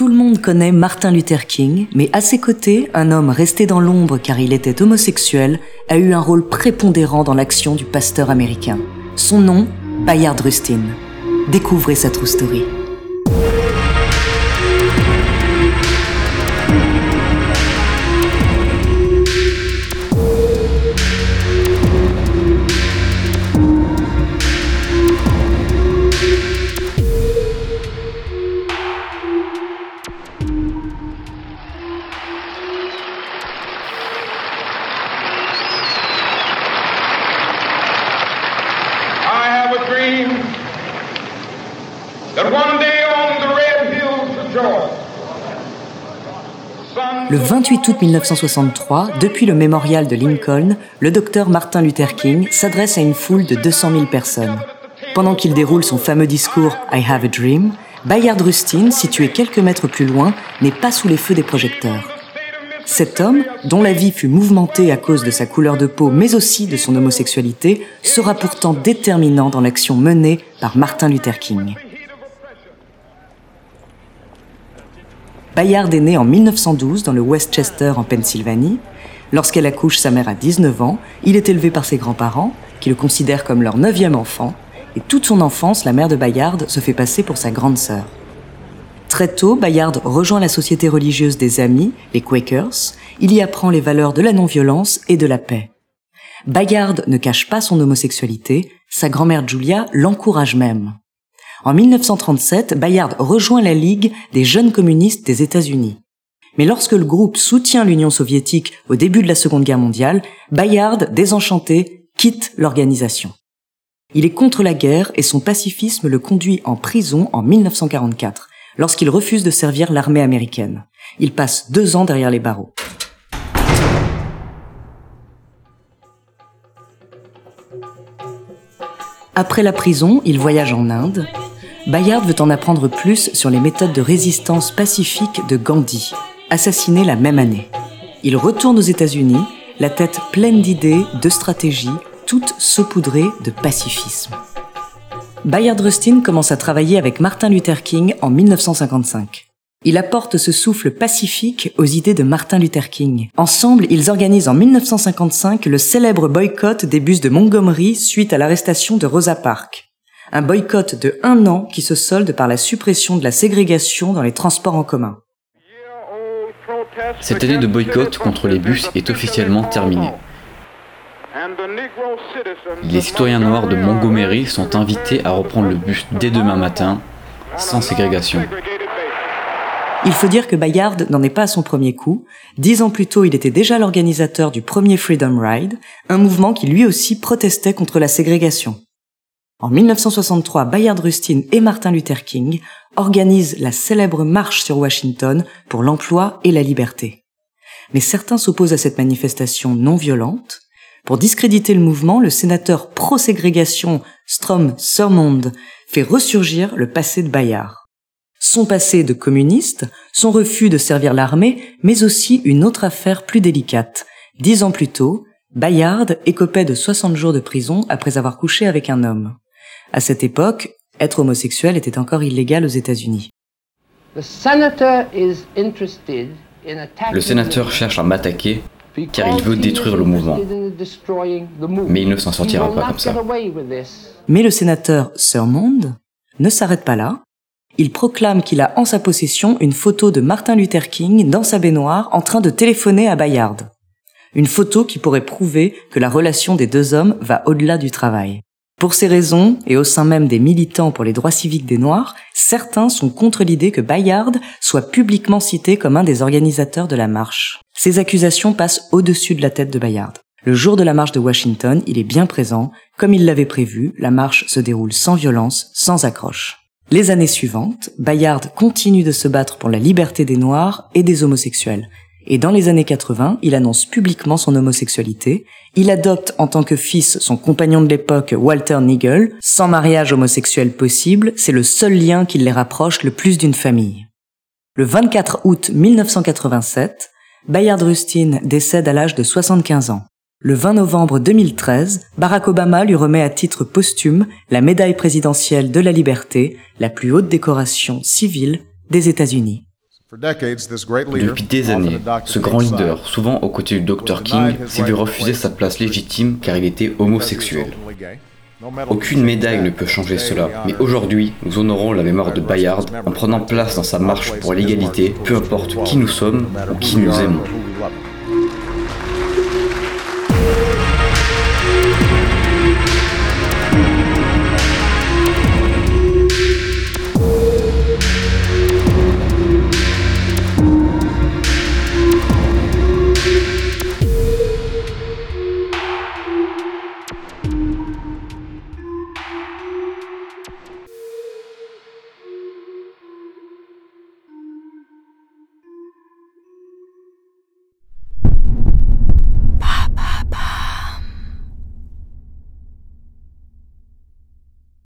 Tout le monde connaît Martin Luther King, mais à ses côtés, un homme resté dans l'ombre car il était homosexuel a eu un rôle prépondérant dans l'action du pasteur américain. Son nom, Bayard Rustin. Découvrez sa true story. Le 28 août 1963, depuis le mémorial de Lincoln, le docteur Martin Luther King s'adresse à une foule de 200 000 personnes. Pendant qu'il déroule son fameux discours « I have a dream », Bayard Rustin, situé quelques mètres plus loin, n'est pas sous les feux des projecteurs. Cet homme, dont la vie fut mouvementée à cause de sa couleur de peau, mais aussi de son homosexualité, sera pourtant déterminant dans l'action menée par Martin Luther King. Bayard est né en 1912 dans le Westchester en Pennsylvanie. Lorsqu'elle accouche sa mère à 19 ans, il est élevé par ses grands-parents, qui le considèrent comme leur 9e enfant, et toute son enfance, la mère de Bayard se fait passer pour sa grande sœur. Très tôt, Bayard rejoint la société religieuse des Amis, les Quakers. Il y apprend les valeurs de la non-violence et de la paix. Bayard ne cache pas son homosexualité, sa grand-mère Julia l'encourage même. En 1937, Bayard rejoint la Ligue des jeunes communistes des États-Unis. Mais lorsque le groupe soutient l'Union soviétique au début de la Seconde Guerre mondiale, Bayard, désenchanté, quitte l'organisation. Il est contre la guerre et son pacifisme le conduit en prison en 1944, lorsqu'il refuse de servir l'armée américaine. Il passe 2 ans derrière les barreaux. Après la prison, il voyage en Inde. Bayard veut en apprendre plus sur les méthodes de résistance pacifique de Gandhi, assassiné la même année. Il retourne aux États-Unis, la tête pleine d'idées, de stratégies, toutes saupoudrées de pacifisme. Bayard Rustin commence à travailler avec Martin Luther King en 1955. Il apporte ce souffle pacifique aux idées de Martin Luther King. Ensemble, ils organisent en 1955 le célèbre boycott des bus de Montgomery suite à l'arrestation de Rosa Parks. Un boycott de 1 an qui se solde par la suppression de la ségrégation dans les transports en commun. Cette année de boycott contre les bus est officiellement terminée. Les citoyens noirs de Montgomery sont invités à reprendre le bus dès demain matin, sans ségrégation. Il faut dire que Bayard n'en est pas à son premier coup. 10 ans plus tôt, il était déjà l'organisateur du premier Freedom Ride, un mouvement qui lui aussi protestait contre la ségrégation. En 1963, Bayard Rustin et Martin Luther King organisent la célèbre marche sur Washington pour l'emploi et la liberté. Mais certains s'opposent à cette manifestation non violente. Pour discréditer le mouvement, le sénateur pro-ségrégation Strom Thurmond fait ressurgir le passé de Bayard. Son passé de communiste, son refus de servir l'armée, mais aussi une autre affaire plus délicate. 10 ans plus tôt, Bayard écopait de 60 jours de prison après avoir couché avec un homme. À cette époque, être homosexuel était encore illégal aux États-Unis. Le sénateur cherche à m'attaquer car il veut détruire le mouvement. Mais il ne s'en sortira pas comme ça. Mais le sénateur Thurmond ne s'arrête pas là. Il proclame qu'il a en sa possession une photo de Martin Luther King dans sa baignoire en train de téléphoner à Bayard. Une photo qui pourrait prouver que la relation des 2 hommes va au-delà du travail. Pour ces raisons, et au sein même des militants pour les droits civiques des Noirs, certains sont contre l'idée que Bayard soit publiquement cité comme un des organisateurs de la marche. Ces accusations passent au-dessus de la tête de Bayard. Le jour de la marche de Washington, il est bien présent. Comme il l'avait prévu, la marche se déroule sans violence, sans accroche. Les années suivantes, Bayard continue de se battre pour la liberté des Noirs et des homosexuels. Et dans les années 80, il annonce publiquement son homosexualité. Il adopte en tant que fils son compagnon de l'époque, Walter Niggle. Sans mariage homosexuel possible, c'est le seul lien qui les rapproche le plus d'une famille. Le 24 août 1987, Bayard Rustin décède à l'âge de 75 ans. Le 20 novembre 2013, Barack Obama lui remet à titre posthume la médaille présidentielle de la liberté, la plus haute décoration civile des États-Unis. Depuis des années, ce grand leader, souvent aux côtés du Dr King, s'est vu refuser sa place légitime car il était homosexuel. Aucune médaille ne peut changer cela, mais aujourd'hui, nous honorons la mémoire de Bayard en prenant place dans sa marche pour l'égalité, peu importe qui nous sommes ou qui nous aimons.